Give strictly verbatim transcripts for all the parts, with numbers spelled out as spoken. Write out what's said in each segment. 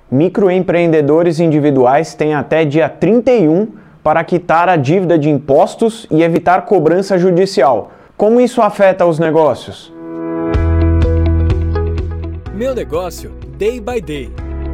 Microempreendedores individuais têm até dia trinta e um para quitar a dívida de impostos e evitar cobrança judicial. Como isso afeta os negócios? Meu negócio, day by day.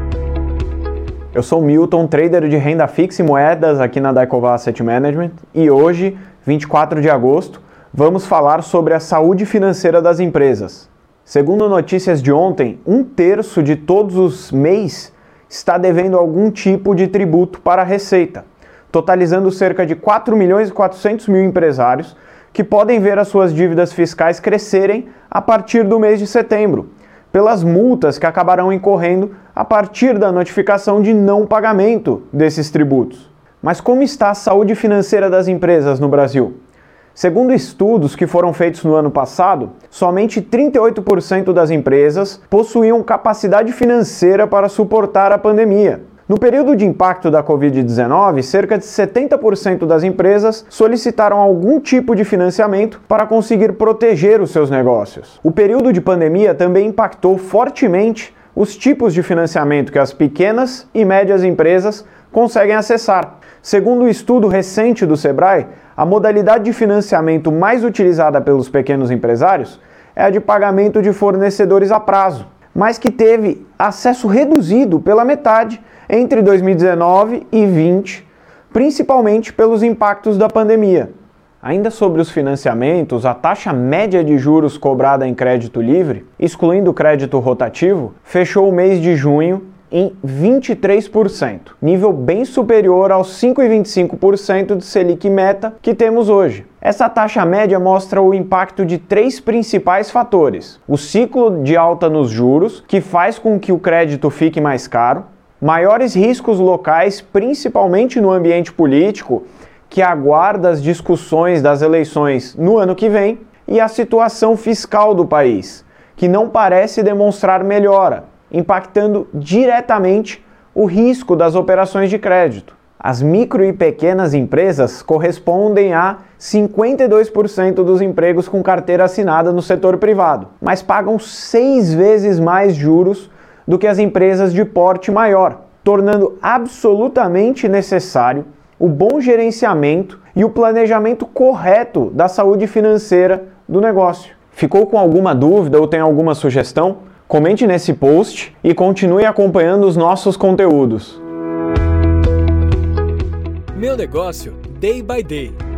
Eu sou o Milton, trader de renda fixa e moedas aqui na Daikova Asset Management, e hoje, vinte e quatro de agosto, vamos falar sobre a saúde financeira das empresas. Segundo notícias de ontem, um terço de todos os M E Is está devendo algum tipo de tributo para a Receita, totalizando cerca de quatro milhões e quatrocentos mil empresários que podem ver as suas dívidas fiscais crescerem a partir do mês de setembro, pelas multas que acabarão incorrendo a partir da notificação de não pagamento desses tributos. Mas como está a saúde financeira das empresas no Brasil? Segundo estudos que foram feitos no ano passado, somente trinta e oito por cento das empresas possuíam capacidade financeira para suportar a pandemia. No período de impacto da covid dezenove, cerca de setenta por cento das empresas solicitaram algum tipo de financiamento para conseguir proteger os seus negócios. O período de pandemia também impactou fortemente os tipos de financiamento que as pequenas e médias empresas conseguem acessar. Segundo um estudo recente do Sebrae, a modalidade de financiamento mais utilizada pelos pequenos empresários é a de pagamento de fornecedores a prazo, mas que teve acesso reduzido pela metade entre dois mil e dezenove e dois mil e vinte, principalmente pelos impactos da pandemia. Ainda sobre os financiamentos, a taxa média de juros cobrada em crédito livre, excluindo o crédito rotativo, fechou o mês de junho em vinte e três por cento, nível bem superior aos cinco vírgula vinte e cinco por cento de Selic meta que temos hoje. Essa taxa média mostra o impacto de três principais fatores: o ciclo de alta nos juros, que faz com que o crédito fique mais caro, maiores riscos locais, principalmente no ambiente político, que aguarda as discussões das eleições no ano que vem, e a situação fiscal do país, que não parece demonstrar melhora, impactando diretamente o risco das operações de crédito. As micro e pequenas empresas correspondem a cinquenta e dois por cento dos empregos com carteira assinada no setor privado, mas pagam seis vezes mais juros do que as empresas de porte maior, tornando absolutamente necessário o bom gerenciamento e o planejamento correto da saúde financeira do negócio. Ficou com alguma dúvida ou tem alguma sugestão? Comente nesse post e continue acompanhando os nossos conteúdos. Meu negócio, day by day.